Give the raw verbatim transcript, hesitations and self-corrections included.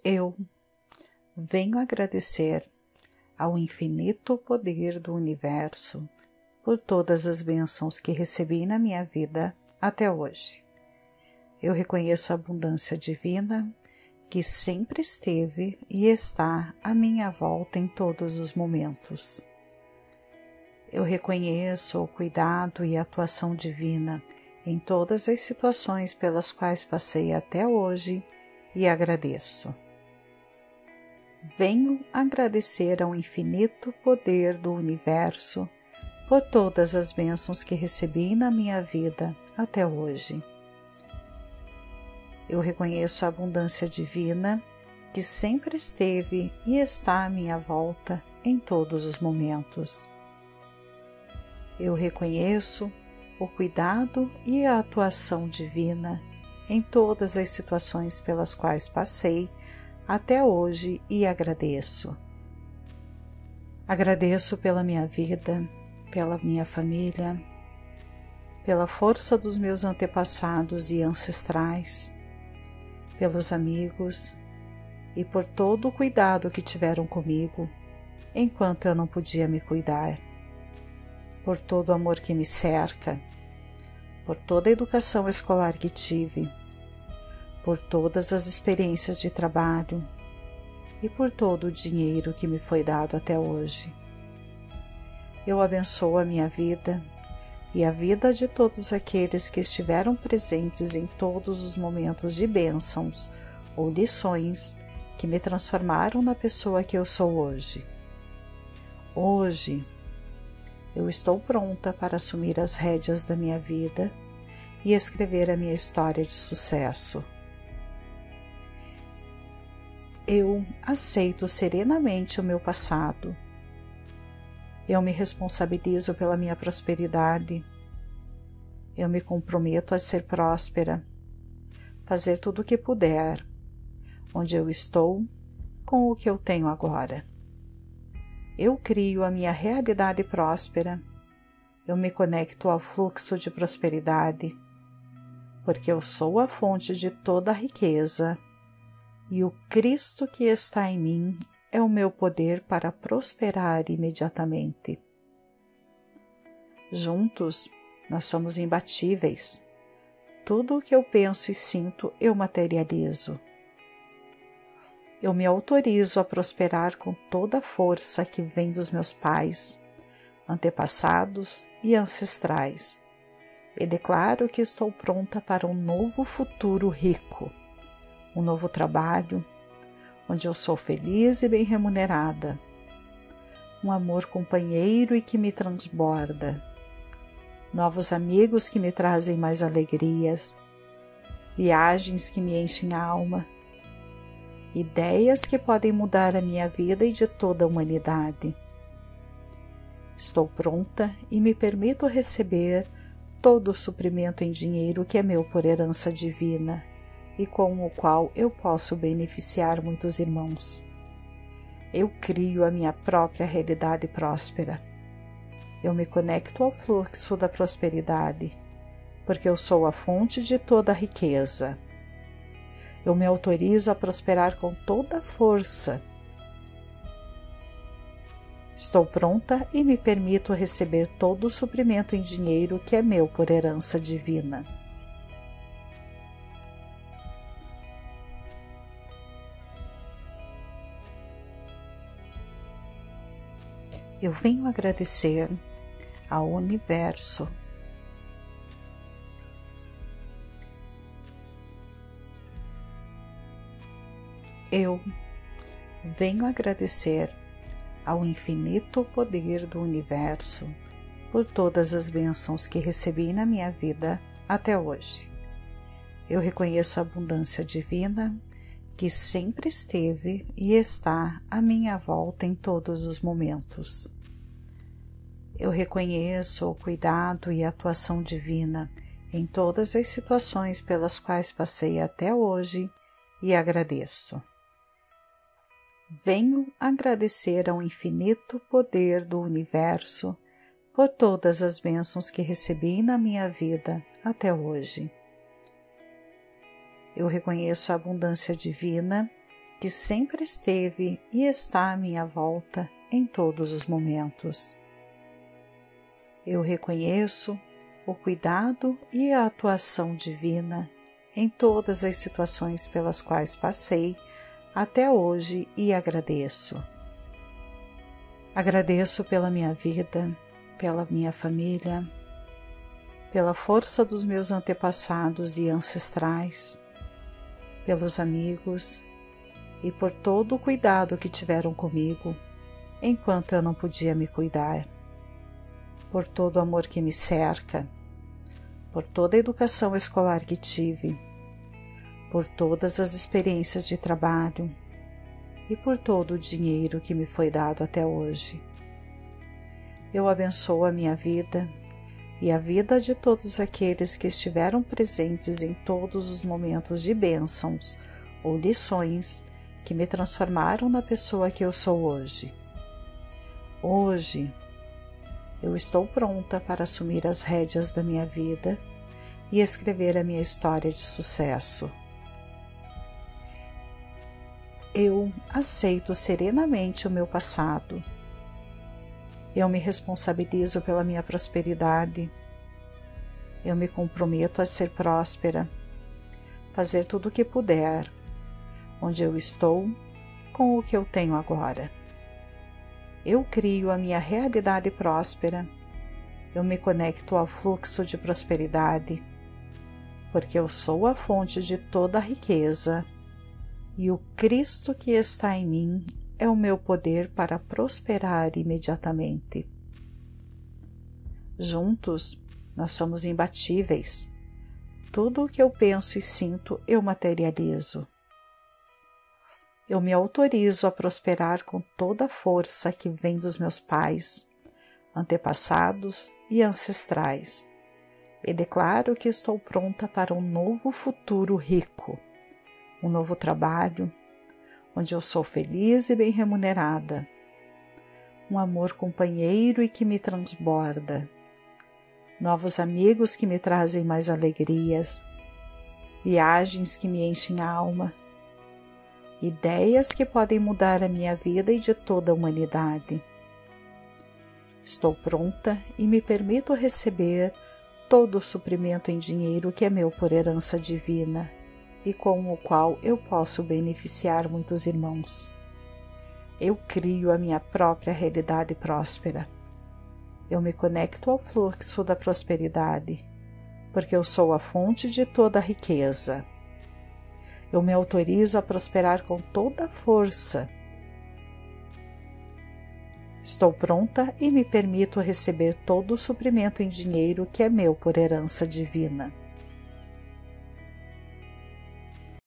Eu venho agradecer ao infinito poder do universo por todas as bênçãos que recebi na minha vida até hoje. Eu reconheço a abundância divina que sempre esteve e está à minha volta em todos os momentos. Eu reconheço o cuidado e a atuação divina em todas as situações pelas quais passei até hoje e agradeço. Venho agradecer ao infinito poder do universo por todas as bênçãos que recebi na minha vida até hoje. Eu reconheço a abundância divina que sempre esteve e está à minha volta em todos os momentos. Eu reconheço o cuidado e a atuação divina em todas as situações pelas quais passei até hoje e agradeço. Agradeço pela minha vida, pela minha família, pela força dos meus antepassados e ancestrais, pelos amigos e por todo o cuidado que tiveram comigo enquanto eu não podia me cuidar, por todo o amor que me cerca, por toda a educação escolar que tive, por todas as experiências de trabalho e por todo o dinheiro que me foi dado até hoje. Eu abençoo a minha vida e a vida de todos aqueles que estiveram presentes em todos os momentos de bênçãos ou lições que me transformaram na pessoa que eu sou hoje. Hoje, eu estou pronta para assumir as rédeas da minha vida e escrever a minha história de sucesso. Eu aceito serenamente o meu passado. Eu me responsabilizo pela minha prosperidade. Eu me comprometo a ser próspera, fazer tudo o que puder, onde eu estou, com o que eu tenho agora. Eu crio a minha realidade próspera. Eu me conecto ao fluxo de prosperidade, porque eu sou a fonte de toda a riqueza. E o Cristo que está em mim é o meu poder para prosperar imediatamente. Juntos, nós somos imbatíveis. Tudo o que eu penso e sinto, eu materializo. Eu me autorizo a prosperar com toda a força que vem dos meus pais, antepassados e ancestrais. E declaro que estou pronta para um novo futuro rico. Um novo trabalho, onde eu sou feliz e bem remunerada, um amor companheiro e que me transborda, novos amigos que me trazem mais alegrias, viagens que me enchem a alma, ideias que podem mudar a minha vida e de toda a humanidade. Estou pronta e me permito receber todo o suprimento em dinheiro que é meu por herança divina, e com o qual eu posso beneficiar muitos irmãos. Eu crio a minha própria realidade próspera. Eu me conecto ao fluxo da prosperidade, porque eu sou a fonte de toda a riqueza. Eu me autorizo a prosperar com toda a força. Estou pronta e me permito receber todo o suprimento em dinheiro que é meu por herança divina. Eu venho agradecer ao universo Eu venho agradecer ao infinito poder do universo por todas as bênçãos que recebi na minha vida até hoje. Eu reconheço a abundância divina que sempre esteve e está à minha volta em todos os momentos. Eu reconheço o cuidado e a atuação divina em todas as situações pelas quais passei até hoje e agradeço. Venho agradecer ao infinito poder do universo por todas as bênçãos que recebi na minha vida até hoje. Eu reconheço a abundância divina que sempre esteve e está à minha volta em todos os momentos. Eu reconheço o cuidado e a atuação divina em todas as situações pelas quais passei até hoje e agradeço. Agradeço pela minha vida, pela minha família, pela força dos meus antepassados e ancestrais, pelos amigos e por todo o cuidado que tiveram comigo enquanto eu não podia me cuidar, por todo o amor que me cerca, por toda a educação escolar que tive, por todas as experiências de trabalho e por todo o dinheiro que me foi dado até hoje. Eu abençoo a minha vida e a vida de todos aqueles que estiveram presentes em todos os momentos de bênçãos ou lições que me transformaram na pessoa que eu sou hoje. Hoje, eu estou pronta para assumir as rédeas da minha vida e escrever a minha história de sucesso. Eu aceito serenamente o meu passado. Eu me responsabilizo pela minha prosperidade. Eu me comprometo a ser próspera, fazer tudo o que puder, onde eu estou, com o que eu tenho agora. Eu crio a minha realidade próspera. Eu me conecto ao fluxo de prosperidade, porque eu sou a fonte de toda a riqueza e o Cristo que está em mim é o meu poder para prosperar imediatamente. Juntos, nós somos imbatíveis. Tudo o que eu penso e sinto, eu materializo. Eu me autorizo a prosperar com toda a força que vem dos meus pais, antepassados e ancestrais, e declaro que estou pronta para um novo futuro rico, um novo trabalho, onde eu sou feliz e bem remunerada, um amor companheiro e que me transborda, novos amigos que me trazem mais alegrias, viagens que me enchem a alma, ideias que podem mudar a minha vida e de toda a humanidade. Estou pronta e me permito receber todo o suprimento em dinheiro que é meu por herança divina e com o qual eu posso beneficiar muitos irmãos. Eu crio a minha própria realidade próspera. Eu me conecto ao fluxo da prosperidade, porque eu sou a fonte de toda a riqueza. Eu me autorizo a prosperar com toda a força. Estou pronta e me permito receber todo o suprimento em dinheiro que é meu por herança divina.